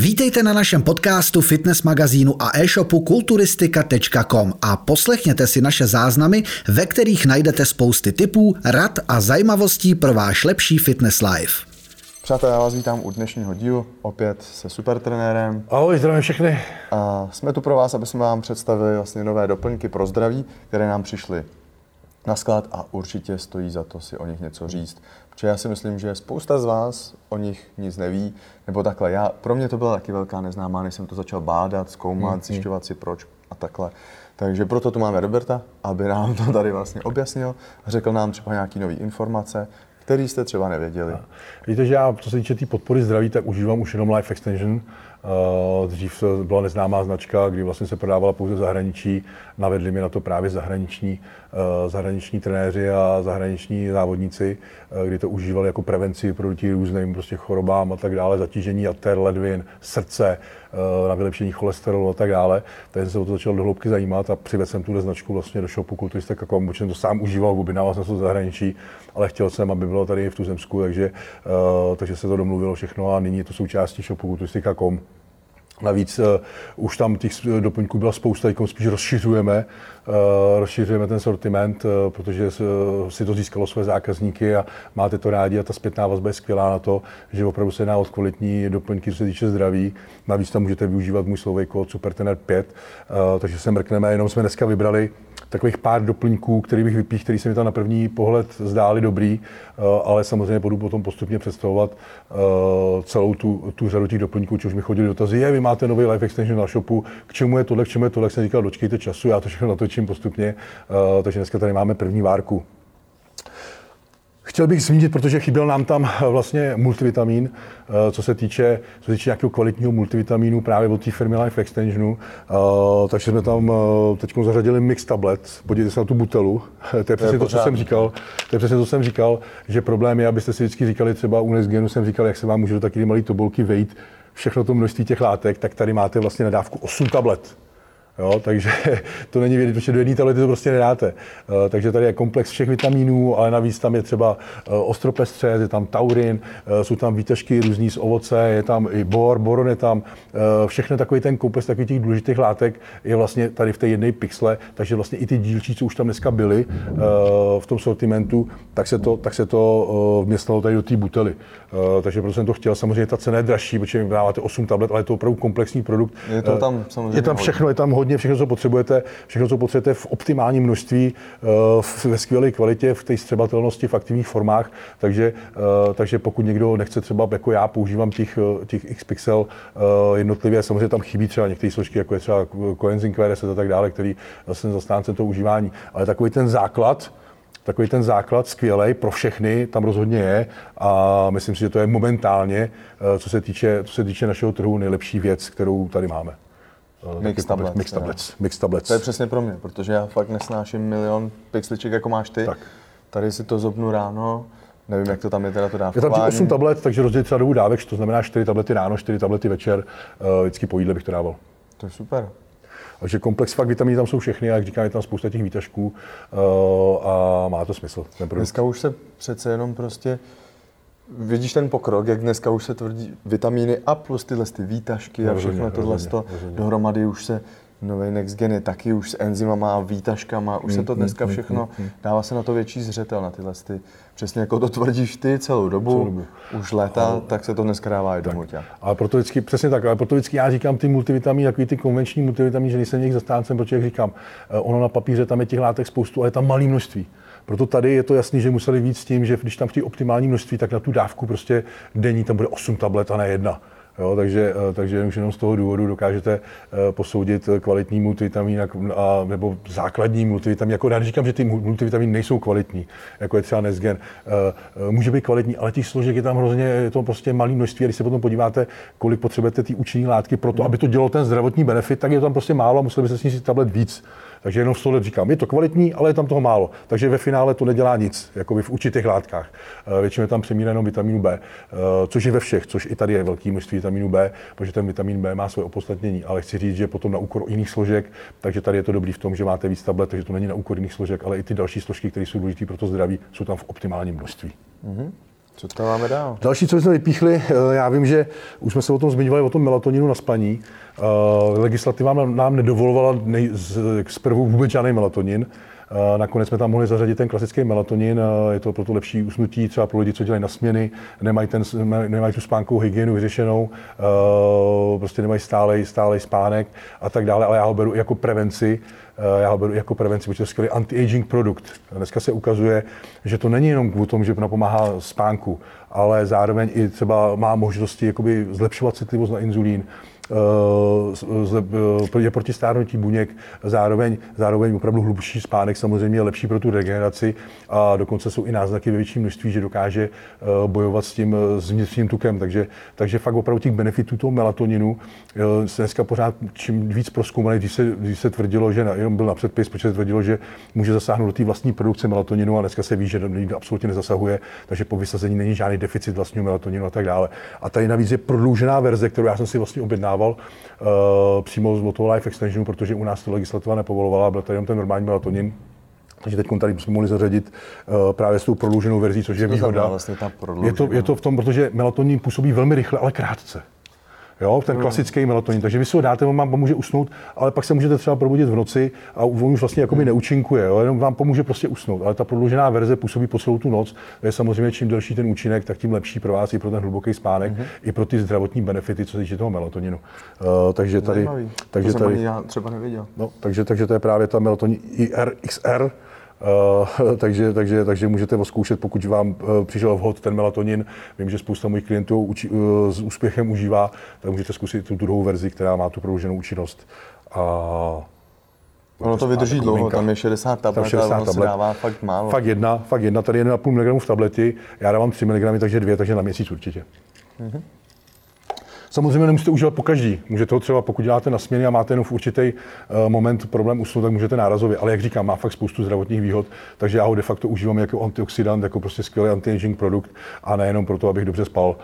Vítejte na našem podcastu, fitness magazínu a e-shopu kulturistika.com a poslechněte si naše záznamy, ve kterých najdete spousty tipů, rad a zajímavostí pro váš lepší fitness life. Přátelé, já vás vítám u dnešního dílu, opět se supertrenérem. Ahoj, zdravím všechny. A jsme tu pro vás, aby jsme vám představili vlastně nové doplňky pro zdraví, které nám přišly na sklad a určitě stojí za to si o nich něco říct. Protože já si myslím, že spousta z vás o nich nic neví, nebo takhle. Pro mě to byla taky velká neznámá, než jsem to začal bádat, zkoumat, zjišťovat si proč a takhle. Takže proto tu máme Roberta, aby nám to tady vlastně objasnil a řekl nám třeba nějaké nové informace, který jste třeba nevěděli. Víte, že já, co se týče té podpory zdraví, tak užívám už jenom Life Extension. Dřív byla neznámá značka, kdy vlastně se prodávala pouze v zahraničí. Navedli mi na to právě zahraniční trenéři a zahraniční závodníci, kdy to užívali jako prevenci proti různým prostě chorobám a tak dále, zatížení jater, ledvin, srdce, na vylepšení cholesterolu a tak dále. Takže jsem se o to začal do hloubky zajímat a přivedl jsem tuhle značku vlastně do shopu kulturistika.com, protože jsem to sám užíval, objednával jsem to v zahraničí, ale chtěl jsem, aby bylo tady v tuzemsku, takže se to domluvilo všechno a nyní je to součástí shopu kulturistika.com. Navíc už tam těch doplňků byla spousta, jako spíš rozšiřujeme ten sortiment, protože si to získalo své zákazníky a máte to rádi a ta zpětná vazba je skvělá na to, že opravdu se jedná o kvalitní doplňky, co se týče zdraví. Navíc tam můžete využívat můj slovej kód SUPERTRENER5, takže se mrkneme, jenom jsme dneska vybrali takových pár doplňků, který bych vypíchl, který se mi tam na první pohled zdály dobrý, ale samozřejmě budu potom postupně představovat celou tu řadu těch doplňků, což mi chodili dotazy, vy máte nový Life Extension na shopu, k čemu je tohle, jsem říkal, dočkejte času, já to všechno natočím postupně, takže dneska tady máme první várku. Chtěl bych zmínit, protože chyběl nám tam vlastně multivitamin, co se týče nějakého kvalitního multivitamínu právě od té firmy Life Extensionu, takže jsme tam teď zařadili mix tablet, podívejte se na tu butelu, to je přesně to, co jsem říkal, že problém je, abyste si vždycky říkali, třeba u Nesgenu jsem říkal, jak se vám může do taky malé tobolky vejít všechno to množství těch látek, tak tady máte vlastně na dávku 8 tablet. Jo, takže to není vědět, protože do jedné tablety to prostě nedáte. Takže tady je komplex všech vitamínů, ale navíc tam je třeba ostropestřes, je tam taurin, jsou tam výtažky různý z ovoce, je tam i boron je tam, všechno takový ten komplex takových těch důležitých látek je vlastně tady v té jedné pixle, takže vlastně i ty dílčí, co už tam dneska byly v tom sortimentu, tak se to vměstnalo tady do té butely. Takže proto jsem to chtěl, samozřejmě ta cena je dražší, protože dáváte 8 tablet, ale je to opravdu komplexní produkt. Je to tam samozřejmě je tam všechno, je tam hodně, všechno, co potřebujete v optimálním množství, ve skvělé kvalitě, v té střebatelnosti, v aktivních formách, takže pokud někdo nechce třeba jako já, používám těch X-Pixel jednotlivě, samozřejmě tam chybí třeba některé složky, jako je třeba coenzym Q10 a tak dále, který jsem zastáncem toho užívání, ale takový ten základ skvělej pro všechny tam rozhodně je a myslím si, že to je momentálně, co se týče našeho trhu, nejlepší věc, kterou tady máme. Mix tablets. To je přesně pro mě, protože já fakt nesnáším milion pixliček, jako máš ty. Tak. Tady si to zobnu ráno, nevím, jak to tam je teda to dávkování. Je tam 8 tablet, takže rozdělit třeba dobu dávek, to znamená 4 tablety ráno, 4 tablety večer, vždycky po jídle bych to dával. To je super. Takže komplex fakt vitamíny tam jsou všechny, jak říkám, je tam spousta těch výtažků a má to smysl. Dneska už se přece jenom prostě vidíš ten pokrok, jak dneska už se tvrdí vitamíny a plus tyhle výtažky a všechno tohle dohromady už se nový Next Gen je taky už s enzymama a výtažkama, už se to dneska všechno, dává se na to větší zřetel, na tyhle přesně jako to tvrdíš ty celou dobu. Už léta, tak se to dneska dává i do muťa. Ale proto vždycky já říkám ty multivitamíny, takový ty konvenční multivitamíny, že nejsem jejich zastáncem, protože jak říkám, ono na papíře tam je těch látek spoustu, ale je tam malý množství. Proto tady je to jasný, že museli víc s tím, že když tam chtějí optimální množství, tak na tu dávku prostě denní tam bude 8 tablet a ne 1. Jo, takže už jenom z toho důvodu dokážete posoudit kvalitní multivitamin nebo základní multivitamin. Jako já říkám, že ty multivitaminy nejsou kvalitní, jako je třeba Nesgen. Může být kvalitní, ale těch složek je tam hrozně, je to prostě malé množství. A když se potom podíváte, kolik potřebujete ty účinné látky pro to, aby to dělalo ten zdravotní benefit, tak je to tam prostě málo a museli byste snížit tablet víc. Takže jenom z toho říkám, je to kvalitní, ale je tam toho málo. Takže ve finále to nedělá nic, jakoby v určitých látkách. Většinou je tam přemíra jenom vitamínu B, což je ve všech, což i tady je velký množství vitamínu B, protože ten vitamin B má své opodstatnění, ale chci říct, že potom na úkor jiných složek, takže tady je to dobrý v tom, že máte víc tablet, takže to není na úkor jiných složek, ale i ty další složky, které jsou důležité pro to zdraví, jsou tam v optimálním množství. Co tam máme dál? Další, co jsme vypíchli, já vím, že už jsme se o tom zmiňovali, o tom melatoninu na spaní. Legislativa nám nedovolovala zprvu vůbec žádný melatonin. Nakonec jsme tam mohli zařadit ten klasický melatonin, je to proto lepší usnutí třeba pro lidi, co dělají na směny, nemají tu spánkovou hygienu vyřešenou, prostě nemají stálej spánek a tak dále, ale já ho beru jako prevenci. Protože to je skvělý anti-aging produkt. Dneska se ukazuje, že to není jenom kvůli tomu, že napomáhá spánku, ale zároveň i třeba má možnosti jakoby zlepšovat citlivost na inzulín, je proti stárnutí buněk, zároveň opravdu hlubší spánek samozřejmě je lepší pro tu regeneraci a dokonce jsou i náznaky ve větším množství, že dokáže bojovat s tím vnitřním tukem. Takže fakt opravdu těch benefitů toho melatoninu se dneska pořád čím víc prozkoumaný, když se tvrdilo, že jenom byl na předpis, protože se tvrdilo, že může zasáhnout do té vlastní produkce melatoninu a dneska se ví, že absolutně nezasahuje, takže po vysazení není žádný deficit vlastního melatoninu a tak dále. A tady navíc je prodloužená verze, kterou já jsem si vlastně objednával přímo z toho Life Extensionu, protože u nás to legislativa nepovolovala, byl tady jenom ten normální melatonin. Takže teď tady jsme mohli zařadit právě s tou prodlouženou verzí, což je výhoda. Vlastně je to v tom, protože melatonin působí velmi rychle, ale krátce. Jo, ten klasický melatonin. Takže vy si ho dáte, on vám pomůže usnout, ale pak se můžete třeba probudit v noci a on už vlastně jakoby neúčinkuje, jo, jenom vám pomůže prostě usnout. Ale ta prodloužená verze působí po celou tu noc. Je samozřejmě čím delší ten účinek, tak tím lepší pro vás i pro ten hluboký spánek, i pro ty zdravotní benefity, co se týče toho melatoninu. Takže tady, já třeba nevěděl. No, takže to je právě ta melatonin IRXR. Takže můžete zkoušet, pokud vám přišel vhod ten melatonin. Vím, že spousta mojich klientů s úspěchem užívá, tak můžete zkusit tu druhou verzi, která má tu prodlouženou účinnost. Ono to vydrží dlouho, tam je 60 tablet, ale ono se dává fakt málo. Fakt jedna, tady 1,5 mg v tableti, já dávám 3 mg, takže 2, takže na měsíc určitě. Samozřejmě nemusíte užívat po každý. Můžete ho třeba, pokud děláte na směně a máte jenom v určitý moment problém usnout, tak můžete nárazově. Ale jak říkám, má fakt spoustu zdravotních výhod, takže já ho de facto užívám jako antioxidant, jako prostě skvělý anti-aging produkt a nejenom proto, abych dobře spal.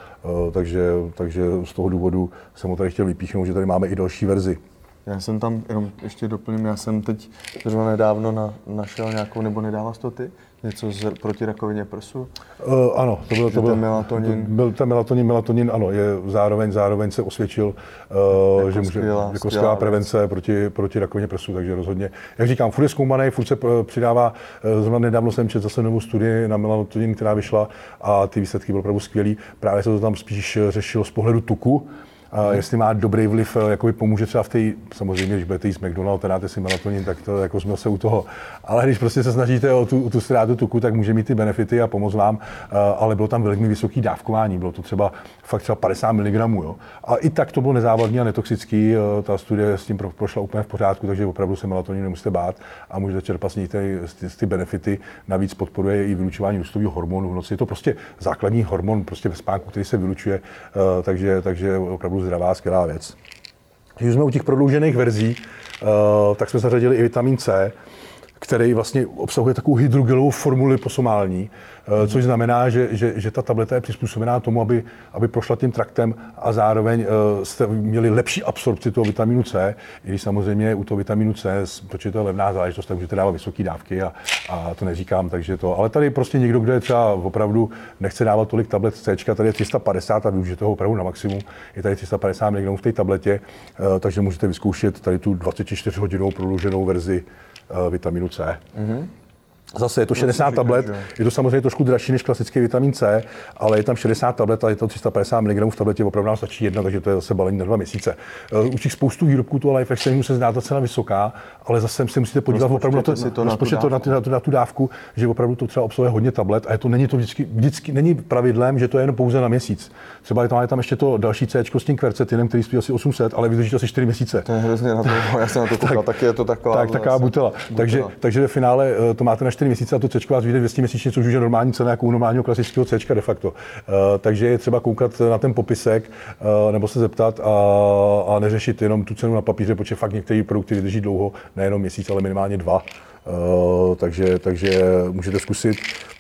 Takže z toho důvodu jsem ho tady chtěl vypíchnout, že tady máme i další verzi. Já jsem tam, jenom ještě doplním, já jsem teď zrovna nedávno našel nějakou, nebo nedával jsi to ty? Něco proti rakovině prsu? Ano, to byl melatonin. Byl ten melatonin, ano, je zároveň se osvědčil, že může jako skvělá prevence proti rakovině prsu, takže rozhodně. Jak říkám, furt je zkoumaný, furt se přidává, zrovna nedávno jsem četl zase novou studii na melatonin, která vyšla a ty výsledky byly opravdu skvělý. Právě se to tam spíš řešilo z pohledu tuku. Jestli má dobrý vliv, jakoby pomůže třeba v té, samozřejmě, když budete jíst McDonald's a dáte si melatonin, tak to jako jsme se u toho. Ale když prostě se snažíte o tu ztrátu tuku, tak může mít ty benefity a pomoct vám, ale bylo tam velmi vysoké dávkování, bylo to třeba 50 mg. Jo. A i tak to bylo nezávadný a netoxický, ta studie s tím prošla úplně v pořádku, takže opravdu se melatonin nemusíte bát a můžete čerpat ty benefity. Navíc podporuje i vylučování růstového hormonu v noci. Je to prostě základní hormon prostě ve spánku, který se vylučuje, takže opravdu zdravá, skvělá věc. Když jsme u těch prodloužených verzí, tak jsme zařadili i vitamin C, který vlastně obsahuje takovou hydrogelovou formuli liposomální, což znamená, že ta tableta je přizpůsobená tomu, aby prošla tím traktem a zároveň jste měli lepší absorpci toho vitaminu C, i když samozřejmě u toho vitaminu C, protože to je levná záležitost, tak můžete dávat vysoké dávky a to neříkám, takže to. Ale tady prostě někdo, kdo je třeba opravdu nechce dávat tolik tablet C, tady je 350 a využijete ho opravdu na maximum, je tady 350 mg v té tabletě, takže můžete vyzkoušet tady tu 24hodinovou prodlouženou verzi vitaminu C. Zase je to 60 tablet, je to samozřejmě trošku dražší než klasický vitamin C, ale je tam 60 tablet a je to 350 mg v tabletě, opravdu nám stačí jedna, takže to je zase balení na 2 měsíce. U těch spoustu výrobků toho Life Extensionu se zdá ta cena vysoká, ale zase se musíte podívat opravdu na tu dávku, že opravdu to třeba obsahuje hodně tablet a není to vždycky není pravidlem, že to je jenom pouze na měsíc. Třeba je tam ještě to další C s tím kvercetinem, který stojí asi 800, ale vydrží asi 4 měsíce. To je hrozně na to, já jsem na to koukal, tak je to taková butela. Takže ve finále to máte na 4 měsíce a to C vás vyjde 200 měsíčně, což už je normální cena jako u normálního klasického C de facto. Takže je třeba koukat na ten popisek nebo se zeptat a neřešit jenom tu cenu na papíře, protože fakt některé produkty vydrží dlouho, nejenom měsíc, ale minimálně 2. Takže můžete zkusit.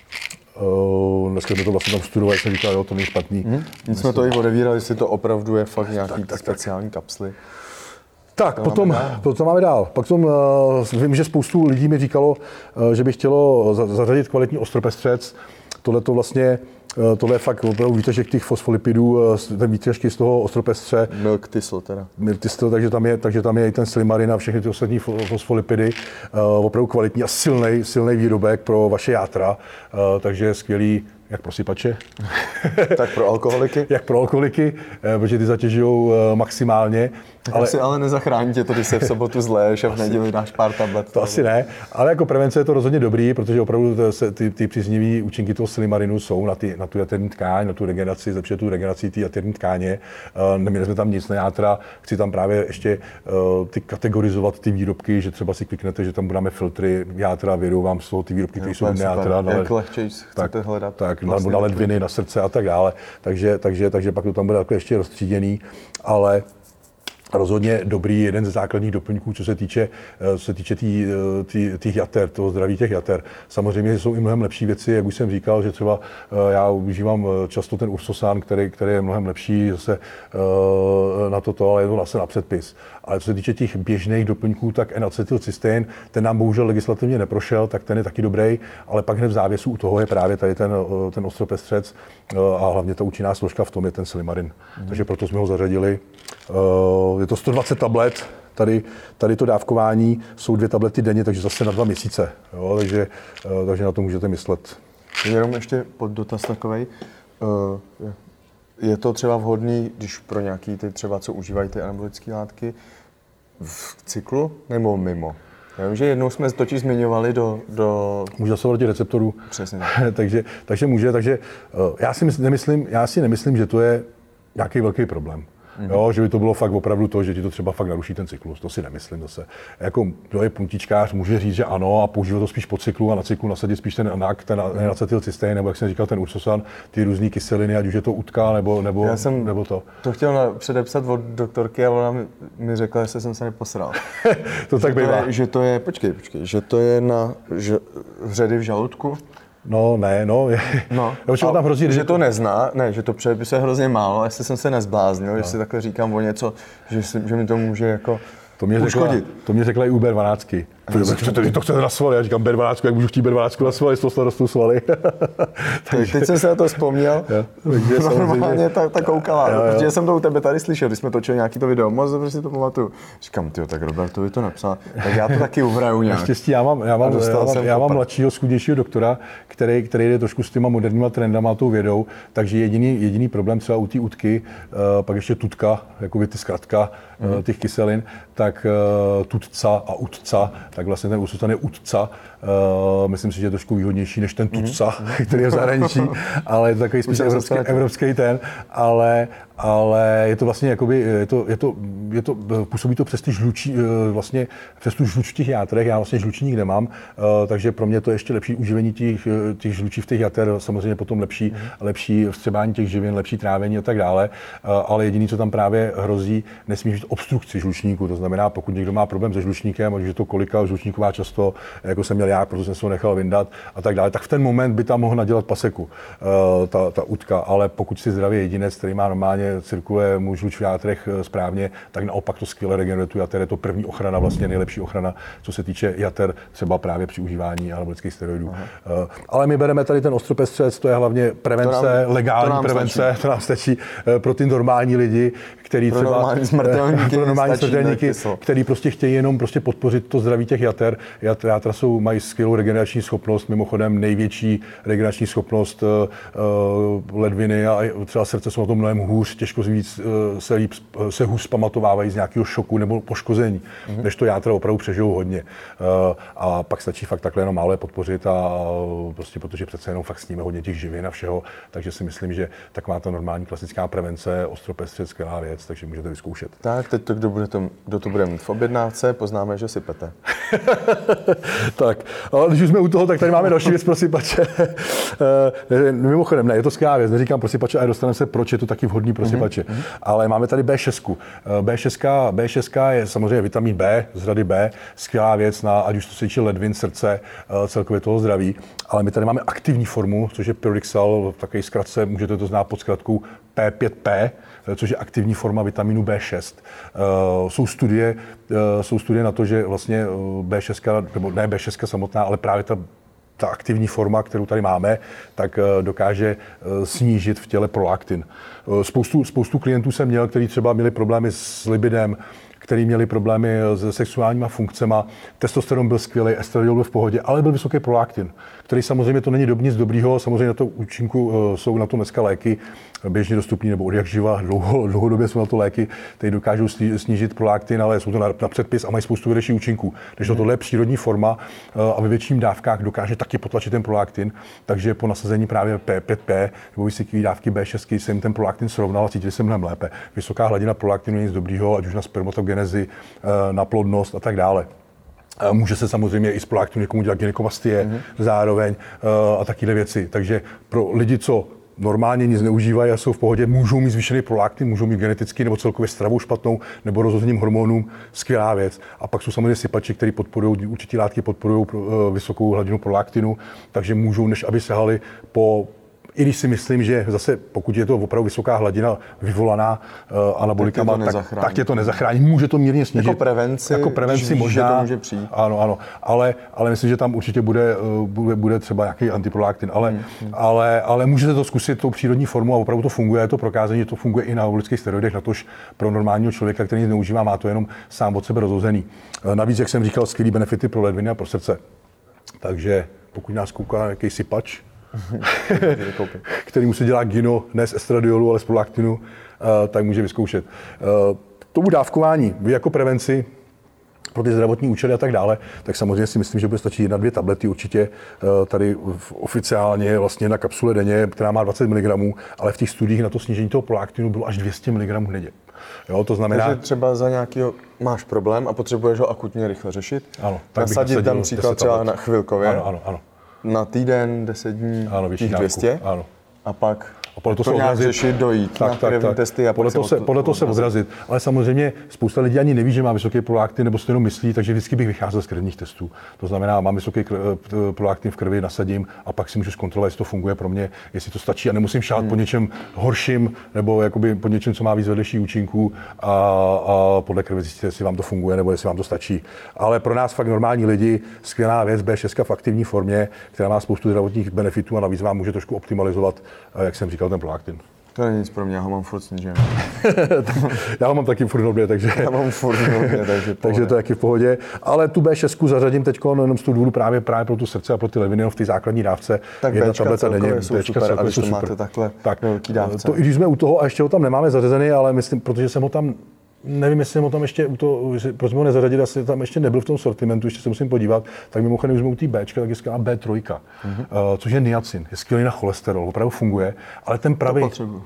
Dneska jsme to vlastně tam studovali, jsem říkal, jo, to není špatný. Nic jsme to i odevírali, jestli to opravdu je fakt nějaký speciální kapsly. Tak, potom máme dál. Potom vím, že spoustu lidí mi říkalo, že by chtělo zařadit kvalitní ostropestřec. Tohle to vlastně tohle je fakt opravdu výtažek těch fosfolipidů, ten výtažky z toho ostropestře. Milk thistle teda. Milk thistle, takže tam je i ten slimarin a všechny ty ostatní fosfolipidy. Opravdu kvalitní a silný výrobek pro vaše játra, takže skvělý. Jak pro sypače. Tak pro alkoholiky? Jak pro alkoholiky, protože ty zatěžují maximálně. Ale nezachrání tě to, když se v sobotu zleješ a v neděli dáš pár tablet. To asi ne, ale jako prevence je to rozhodně dobrý, protože opravdu ty příznivý účinky toho slimarinu jsou na tu jaterní tkáň, na tu regeneraci, zlepšuje tu regeneraci té jaterní tkáně. Neměli jsme tam nic na játra, chci tam právě ještě ty kategorizovat ty výrobky, že třeba si kliknete, že tam budeme filtry játra, vyjedou vám z toho ty výrobky, které jsou na játra. Jak lehčej chcete hledat. Tak, vlastně na ledviny, na srdce a tak dále. Takže pak to tam bude takhle ještě rozstříděný, ale rozhodně dobrý, jeden ze základních doplňků, co se týče těch jater, toho zdraví těch jater. Samozřejmě jsou i mnohem lepší věci, jak už jsem říkal, že třeba já užívám často ten ursosan, který je mnohem lepší zase na toto, ale je to vlastně na předpis. Ale co se týče těch běžných doplňků, tak N-acetylcystein, ten nám bohužel legislativně neprošel, tak ten je taky dobrý, ale pak hned v závěsu u toho je právě tady ten ostropestřec a hlavně ta účinná složka v tom je ten slimarin. Takže proto jsme ho zařadili. Je to 120 tablet, tady to dávkování jsou 2 tablety denně, takže zase na 2 měsíce. Jo, takže na to můžete myslet. Jenom ještě pod dotaz takovej. Je to třeba vhodný, když pro nějaký ty třeba, co užívají ty anabolické látky, v cyklu nebo mimo? Já vím, že jednou jsme totiž zmiňovali do... Může zasahovat receptorů. Přesně. takže může, já si nemyslím, že to je nějaký velký problém. Jo, že by to bylo fakt opravdu to, že ti to třeba fakt naruší ten cyklus, to si nemyslím zase. Jako kdo je puntičkář, může říct, že ano a používat to spíš po cyklu a na cyklu nasadit spíš ten acetylcystein, nebo jak jsem říkal, ten ursosan, ty různé kyseliny, ať už je to utka nebo Já jsem nebo to. To chtěl předepsat od doktorky a ona mi řekla, že jsem se neposral. To tak bývá. Že to je, počkej, že to je na vředy v žaludku. No, tam hrozí, že to nezná, že to předepisuje hrozně málo, jestli jsem se nezbláznil, že si takhle říkám o něco, že mi to může jako uškodit. To mě řekla i u B12. To chcete na svaly, já říkám B12, jak můžu chtít B12 na svaly, z toho rostou svaly. Teď jsem se na to vzpomněl, normálně ta koukala, protože jsem to u tebe tady slyšel, když jsme točili nějaký to video, moc dobře si to pamatuju. Říkám, tak Robertovi to napsal, tak já to taky uvraju nějak. Naštěstí já mám mladšího, schudnějšího doktora, který jde trošku s těma moderníma trendama a tou vědou, takže jediný problém třeba u té utky, pak ještě tutka, jakoby ty zkratka těch kyselin, tak tutca a utca, tak vlastně ten ursosan je utca. Myslím si, že je trošku výhodnější než ten tutca, který je v zahraničí, ale je to takový spíš evropský ten, ale je to vlastně jakoby, působí to přes ty žlučí, vlastně přes tu žluč v těch játrech, já vlastně žlučník nemám, takže pro mě to je ještě lepší uživení těch žlučí v těch jater, samozřejmě potom lepší vstřebání těch živin, lepší trávení a tak dále, ale jediné, co tam právě hrozí, nesmí být obstrukci žlučníku, to znamená, pokud někdo má problém se žlučníkem, ať už je to kolika žlučníková často, jako jsem měl já, protože jsem se ho nechal vyndat a tak dále, tak v ten moment by tam mohl nadělat paseku, ta utka, ale pokud si zdravý jedinec, který má normálně cirkuluje mu žluč v játrech správně, tak naopak to skvěle regeneruje tu jater, je to první ochrana, vlastně nejlepší ochrana, co se týče jater, třeba právě při užívání anabolických steroidů. Ale my bereme tady ten ostropestřec, to je hlavně prevence, legální prevence, to nám stačí pro ty normální lidi, který pro třeba normální smrtelníky, který prostě chtějí jenom prostě podpořit to zdraví těch jater. Játra mají skvělou regenerační schopnost, mimochodem největší regenerační schopnost ledviny a třeba srdce jsou na tom mnohem hůř, těžko víc se hůř pamatovávají z nějakého šoku nebo poškození, než to játra opravdu přežijou hodně. A pak stačí fakt takhle jenom málo je podpořit a prostě protože přece jenom fakt sníme hodně těch živin a všeho, takže si myslím, že taková ta normální klasická prevence, ostropestřec, skvělá věc, takže můžete vyzkoušet. Tak, teď to, kdo to bude mít v objednávce, poznáme, že sypete. Tak, ale když už jsme u toho, tak tady máme další věc pro sypače. Mimochodem, ne, je to skvělá věc, neříkám pro sypače, ale dostaneme se, proč je to taky vhodný pro sypače. Ale máme tady B6. B6 je samozřejmě vitamin B, z řady B, skvělá věc, ať už to se týče ledvin, srdce, celkově toho zdraví. Ale my tady máme aktivní formu, což je Pyridoxal, v takové zkratce, můžete to znát pod zkratkou P5P, což je aktivní forma vitamínu B6. Jsou studie na to, že vlastně B6, nebo ne B6 samotná, ale právě ta ta aktivní forma, kterou tady máme, tak dokáže snížit v těle prolaktin. Spoustu klientů jsem měl, kteří třeba měli problémy s libidem, který měli problémy se sexuálníma funkcema. Testosteron byl skvělý, estradiol byl v pohodě, ale byl vysoký prolaktin, který samozřejmě to není nic dobrýho. Samozřejmě na to účinku jsou na to dneska léky běžně dostupný, nebo od jak živa, dlouhodobě jsou na to léky, které dokážou snížit prolaktin, ale jsou to na předpis a mají spoustu vedlejších účinků. Takže tohle je přírodní forma a ve větším dávkách dokáže taky potlačit ten prolaktin, takže po nasazení právě P5P nebo vysoké dávky B6 se jim ten prolaktin srovnal a cítili se mnohem lépe. Vysoká hladina prolaktinu není nic dobrýho, ať už na spermatogenezi, na plodnost a tak dále. Může se samozřejmě i z prolaktinu někomu dělat gynekomastie zároveň a takové věci. Takže pro lidi, co normálně nic neužívají a jsou v pohodě, můžou mít zvýšený prolaktin, můžou mít geneticky nebo celkově stravou špatnou nebo rozhozením hormonům, skvělá věc. A pak jsou samozřejmě sypači, který podporují, určitě látky podporují vysokou hladinu prolaktinu, takže můžou, než aby sahali po. I když si myslím, že zase, pokud je to opravdu vysoká hladina vyvolaná anabolikama, tak tě to nezachrání. Může to mírně snížit. Jako prevenci možná. To může přijít. Ano. Ale myslím, že tam určitě bude třeba nějaký antiprolaktin. Ale můžete to zkusit tou přírodní formou a opravdu to funguje. Je to prokázané, že to funguje i na anabolických steroidech, natož pro normálního člověka, který nic neužívá, má to jenom sám od sebe rozhozený. Navíc, jak jsem říkal, skvělý benefity pro ledviny a pro srdce. Takže pokud nás kouká nějaký sypač, který mu se dělá gyno, ne z estradiolu, ale z prolaktinu, tak může vyzkoušet. Tomu dávkování, vy jako prevenci pro ty zdravotní účely a tak dále, tak samozřejmě si myslím, že bude stačit 1-2 tablety určitě tady oficiálně vlastně na kapsule denně, která má 20 mg, ale v těch studiích na to snížení toho prolaktinu bylo až 200 mg denně. Jo, to znamená, takže třeba za nějakého máš problém a potřebuješ ho akutně rychle řešit, ano, nasadit tam příklad třeba na chvilkově. Ano. Na týden, 10 dní, těch 200 ano. A pak to nějak řešit, dojít na krevní testy a podle toho se odrazit. Ale samozřejmě spousta lidí ani neví, že má vysoký prolaktin, nebo si to jenom myslí, takže vždycky bych vycházel z krevních testů. To znamená, mám vysoký prolaktin v krvi, nasadím a pak si můžu zkontrolovat, jestli to funguje pro mě, jestli to stačí a nemusím šát po něčem horším nebo jakoby po něčem, co má víc vedlejších účinků a podle krve zjistíte, jestli vám to funguje nebo jestli vám to stačí. Ale pro nás fakt normální lidi skvělá věc, B6 v aktivní formě, která má spoustu zdravotních benefitů a navíc vám může trošku optimalizovat, jak jsem říkal, ten prolaktin. To není nic pro mě, já ho mám furt snížený. Já ho mám taky furt nobě, takže... Já mám furt nobě, takže to je taky v pohodě. Ale tu B6 zařadím teď jenom z toho důvodu právě pro tu srdce a pro ty leviny v té základní dávce. Tak jedna tableta denně, jsou super, a když to máte takhle velký dávce. To, i když jsme u toho a ještě ho tam nemáme zařazený, ale myslím, protože jsem ho tam nevím, jestli jsem ho tam ještě, proč jsme ho nezařadili, asi tam ještě nebyl v tom sortimentu, ještě se musím podívat, tak mimochodem, když jsme u té Bčka, tak je skvělá B3, což je niacin, je skvělý na cholesterol, opravdu funguje, ale ten pravý,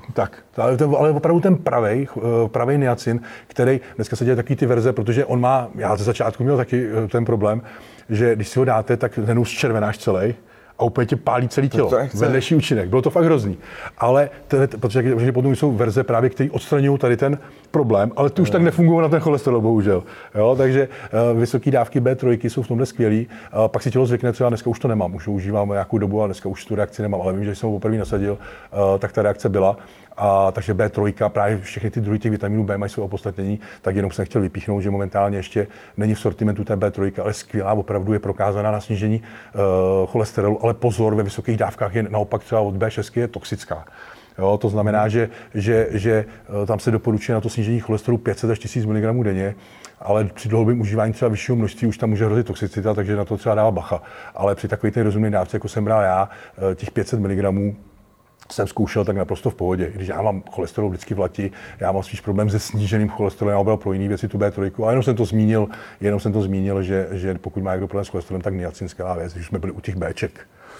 ale opravdu ten pravý niacin, který dneska se děje taky ty verze, protože on má, já ze začátku měl taky ten problém, že když si ho dáte, tak hnus červenáš celý. A úplně tě pálí celé tělo. Vedlejší účinek. Bylo to fakt hrozný. Ale protože potom jsou verze právě, které odstraňují tady ten problém, ale ty už tak nefungují na ten cholesterol, bohužel. Jo, takže vysoké dávky B3 jsou v tomhle skvělý. Pak si tělo zvykne, třeba dneska už to nemám, už ho užívám nějakou dobu a dneska už tu reakci nemám, ale vím, že jsem ho poprvé nasadil, tak ta reakce byla. Takže B3, právě všechny ty druhy těch vitaminů B mají své opodstatnění, tak jenom jsem chtěl vypíchnout, že momentálně ještě není v sortimentu té B3, ale skvělá, opravdu je prokázaná na snížení cholesterolu, ale pozor, ve vysokých dávkách je naopak třeba od B6 je toxická. Jo, to znamená, že tam se doporučuje na to snížení cholesterolu 500 až 1000 mg denně, ale při dlouhodobém užívání třeba vyššího množství už tam může hrozit toxicita, takže na to třeba dává bacha. Ale při takové té rozumné dávce, jako jsem bral já, těch 500 mg jsem zkoušel tak naprosto v pohodě. Když já mám cholesterol vždycky v lati, já mám spíš problém se sníženým cholesterolem, já byl pro jiné věci tu B3, a jenom jsem to zmínil, že pokud má někdo problém s cholesterolem, tak niacin skvělá věc, když jsme byli u těch Bček.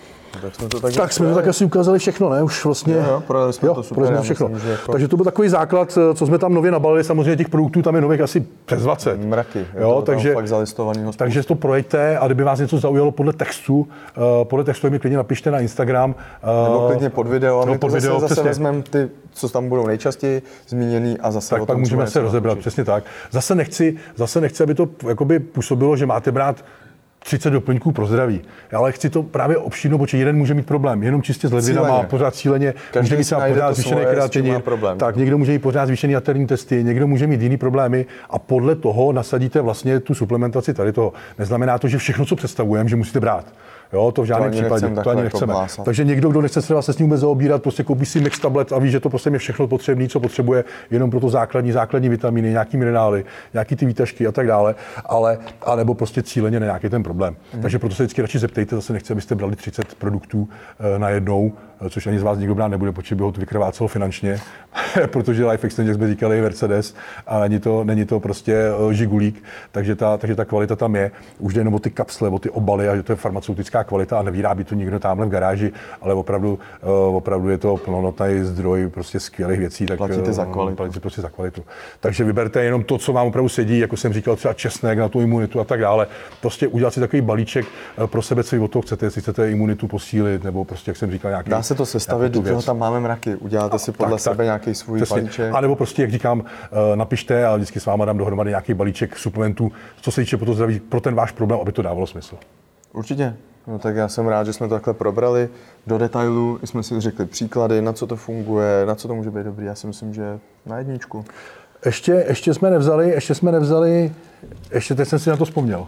Tak jsme to tak asi ukázali všechno, ne? Už vlastně. Prodali jsme to super. Všechno. Myslím, jako... Takže to byl takový základ, co jsme tam nově nabalili. Samozřejmě těch produktů tam je nových asi přes 20. Mraky. Jo, takže fakt zalistovaný. Takže to projďte a kdyby vás něco zaujalo podle textu mi klidně napište na Instagram. Nebo klidně pod video. A my pod video, zase vezmeme ty, co tam budou nejčastěji zmíněný a zase tak pak můžeme se rozebrat, přesně tak. Zase nechci, aby to jakoby působilo, že máte brát 30 doplňků pro zdraví. Ale chci to právě obšírnout, protože jeden může mít problém, jenom čistě s ledvinama, pořád cíleně, může mít pořád zvýšené kreatinin, tak někdo může mít pořád zvýšený jaterní testy, někdo může mít jiný problémy a podle toho nasadíte vlastně tu suplementaci tady toho. Neznamená to, že všechno, co představujeme, že musíte brát. Jo, to v žádném případě, to ani nechceme. Takže někdo, kdo nechce se s ním vůbec zaobírat, prostě koupí si mix tablet a ví, že to prostě je všechno potřebné, co potřebuje, jenom pro to základní vitamíny, nějaký minerály, nějaký ty výtažky a tak dále, a nebo prostě cíleně na nějaký ten problém. Takže proto se vždycky radši zeptejte, zase nechci, abyste brali 30 produktů najednou, což ani z vás nikdo brát nebude, protože by ho to vykrvácelo finančně, protože Life Extension, jak jsme říkali, je Mercedes a není to prostě žigulík, takže ta kvalita tam je. Už jde jenom o ty kapsle, o ty obaly a že to je farmaceutická kvalita a nevyrábí to nikdo tamhle v garáži, ale opravdu je to plnohodnotný zdroj prostě skvělých věcí. Tak platíte za kvalitu. Platíte prostě za kvalitu. Takže vyberte jenom to, co vám opravdu sedí, jako jsem říkal, třeba česnek na tu imunitu a tak dále. Prostě udělat si takový balíček pro sebe, co vy od toho chcete, jestli chcete imunitu posílit, nebo prostě, jak jsem říkal, nějaký. Dá se to sestavit, do toho tam máme mraky. Uděláte si podle sebe nějaký svůj balíček. A nebo prostě, jak říkám, napište a vždycky s váma dám dohromady nějaký balíček suplementů, co se týče pro to zdraví, pro ten váš problém, aby to dávalo smysl. Určitě. No tak já jsem rád, že jsme to takhle probrali do detailu, jsme si řekli příklady, na co to funguje, na co to může být dobrý. Já si myslím, že na jedničku. Ještě jsme nevzali, teď jsem si na to vzpomněl.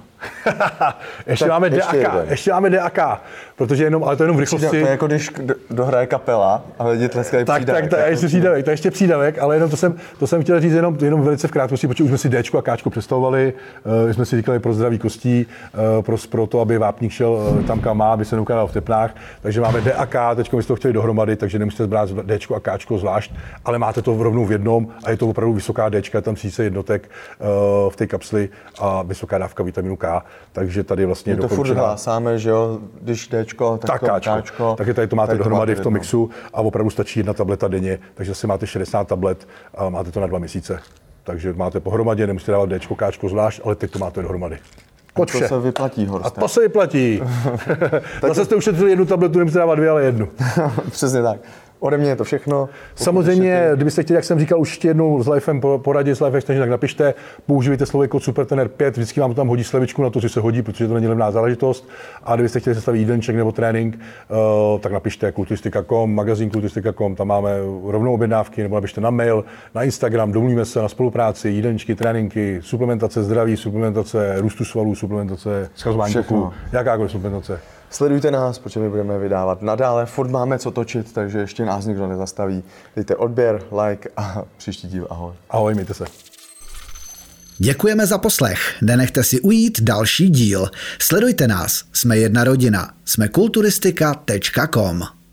ještě máme DAK, protože ale to jenom v rychlosti. To je jako když dohraje kapela a lidi tleskají přídavek. To je ještě přídavek, ale jenom to jsem chtěl říct jenom velice v krátkosti, protože už jsme si Dčko a Kčko představovali, jsme si říkali pro zdraví kostí, pro to, aby vápník šel tam, kam má, aby se neukládal v teplách, takže máme DAK, teď jsme si to chtěli dohromady, takže nemusíte brát Dčko a Kčko zvlášť, ale máte to rovnou v jednom a je to opravdu vysoká Dčka, tam 1000 jednotek v té kapsli a vysoká dávka vitaminu K, takže tady vlastně je to furt hlásáme, že jo, když Dčko, tak Kčko. Takže tady to máte dohromady v tom mixu a opravdu stačí 1 tableta denně, takže zase máte 60 tablet a máte to na 2 měsíce. Takže máte pohromadě, nemusíte dávat Dčko, Kčko zvlášť, ale teď to máte dohromady. A to se vyplatí, Horste. A to se vyplatí. Zase jste ušetřili 1 tabletu, nemusíte dávat 2, ale 1. Přesně tak. Ode mě je to všechno. Samozřejmě, kdybyste chtěli, jak jsem říkal, už ještě jednou s Lifem poradit, s Life Extension, tak napište, použijte slovy kód SUPERTENER5, vždycky vám to tam hodí slevičku na to, že se hodí, protože to není levná záležitost. A kdybyste chtěli sestavit jídelníček nebo trénink, tak napište kulturistika.com, magazín kulturistika.com, tam máme rovnou objednávky, nebo napište na mail, na Instagram, domluvíme se na spolupráci, jídelníčky, tréninky, suplementace zdraví, suplementace růstu svalů, suplementace schazování tuku, jakákoliv suplementace. Sledujte nás, protože my budeme vydávat nadále. Furt máme co točit, takže ještě nás nikdo nezastaví. Dejte odběr, like a příští díl. Ahoj. Ahoj, mějte se. Děkujeme za poslech. Nenechte si ujít další díl. Sledujte nás. Jsme jedna rodina. Jsme kulturistika.com.